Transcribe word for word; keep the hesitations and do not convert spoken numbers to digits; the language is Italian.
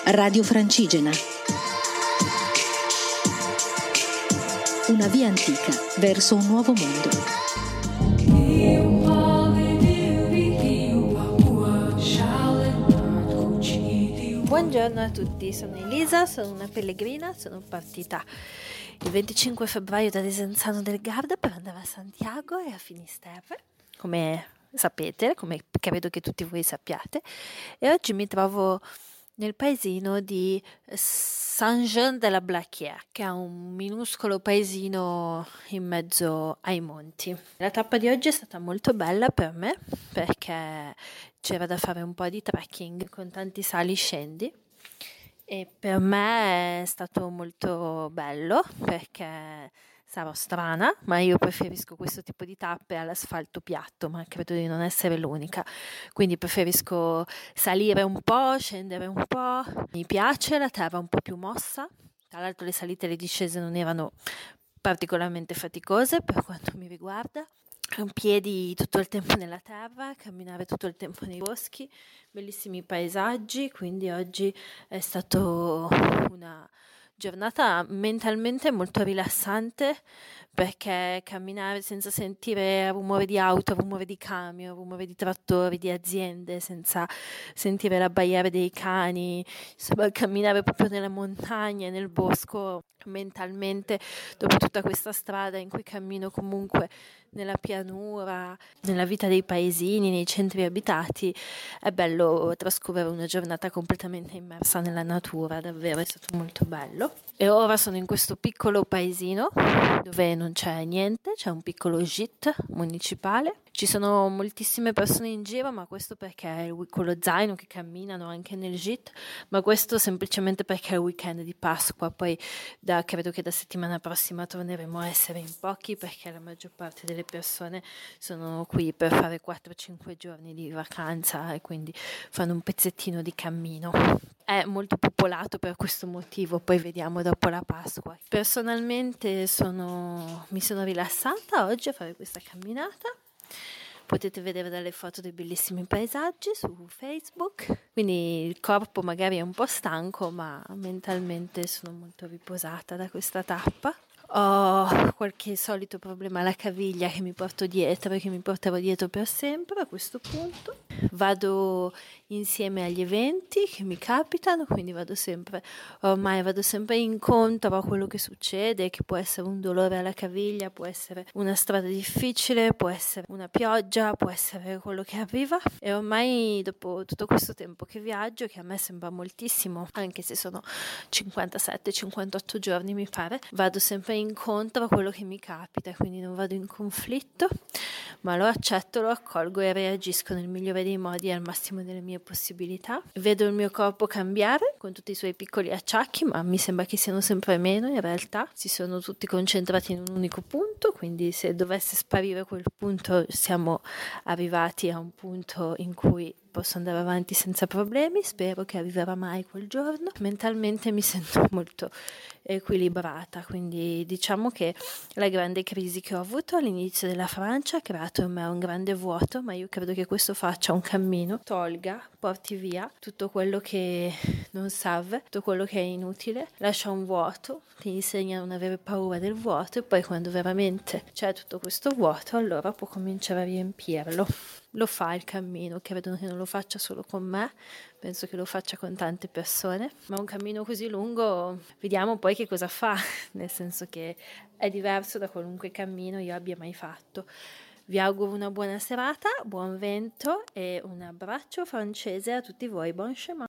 Radio Francigena. Una via antica verso un nuovo mondo. Buongiorno a tutti, sono Elisa, sono una pellegrina, sono partita il venticinque febbraio da Desenzano del Garda per andare a Santiago e a Finisterre, come sapete, come credo che tutti voi sappiate, e oggi mi trovo nel paesino di Saint-Jean-de-la-Blaquière, che è un minuscolo paesino in mezzo ai monti. La tappa di oggi è stata molto bella per me perché c'era da fare un po' di trekking con tanti sali e scendi e per me è stato molto bello perché sarò strana, ma io preferisco questo tipo di tappe all'asfalto piatto, ma credo di non essere l'unica, quindi preferisco salire un po', scendere un po', mi piace la terra un po' più mossa, tra l'altro le salite e le discese non erano particolarmente faticose per quanto mi riguarda, piedi tutto il tempo nella terra, camminare tutto il tempo nei boschi, bellissimi paesaggi, quindi oggi è stato una giornata mentalmente molto rilassante perché camminare senza sentire rumore di auto, rumore di camion, rumore di trattori, di aziende, senza sentire l'abbaiare dei cani, insomma camminare proprio nella montagna, nel bosco, mentalmente dopo tutta questa strada in cui cammino comunque nella pianura, nella vita dei paesini, nei centri abitati, è bello trascorrere una giornata completamente immersa nella natura, davvero è stato molto bello. E ora sono in questo piccolo paesino dove non c'è niente, c'è un piccolo gîte municipale. Ci sono moltissime persone in giro, ma questo perché è il, con lo zaino che camminano anche nel gîte, ma questo semplicemente perché è il weekend di Pasqua, poi da, credo che da settimana prossima torneremo a essere in pochi perché la maggior parte delle persone sono qui per fare quattro cinque giorni di vacanza e quindi fanno un pezzettino di cammino. È molto popolato per questo motivo, poi vediamo dopo la Pasqua. Personalmente sono, mi sono rilassata oggi a fare questa camminata. Potete vedere dalle foto dei bellissimi paesaggi su Facebook, quindi il corpo magari è un po' stanco, ma mentalmente sono molto riposata da questa tappa. Ho qualche solito problema alla caviglia che mi porto dietro e che mi porterò dietro per sempre a questo punto. Vado insieme agli eventi che mi capitano, quindi vado sempre, ormai vado sempre incontro a quello che succede, che può essere un dolore alla caviglia, può essere una strada difficile, può essere una pioggia, può essere quello che arriva. E ormai dopo tutto questo tempo che viaggio, che a me sembra moltissimo, anche se sono cinquantasette cinquantotto giorni mi pare, vado sempre incontro a quello che mi capita, quindi non vado in conflitto, ma lo accetto, lo accolgo e reagisco nel migliore dei modi e al massimo delle mie possibilità. Vedo il mio corpo cambiare con tutti i suoi piccoli acciacchi, ma mi sembra che siano sempre meno in realtà, si sono tutti concentrati in un unico punto, quindi se dovesse sparire quel punto siamo arrivati a un punto in cui posso andare avanti senza problemi, spero che arriverà mai quel giorno. Mentalmente mi sento molto equilibrata, quindi diciamo che la grande crisi che ho avuto all'inizio della Francia ha creato in me un grande vuoto, ma io credo che questo faccia un cammino, tolga, porti via tutto quello che non serve, tutto quello che è inutile, lascia un vuoto, ti insegna a non avere paura del vuoto e poi quando veramente c'è tutto questo vuoto allora può cominciare a riempirlo. Lo fa il cammino, credo che non lo faccia solo con me, penso che lo faccia con tante persone, ma un cammino così lungo vediamo poi che cosa fa, nel senso che è diverso da qualunque cammino io abbia mai fatto. Vi auguro una buona serata, buon vento e un abbraccio francese a tutti voi, bon chemin!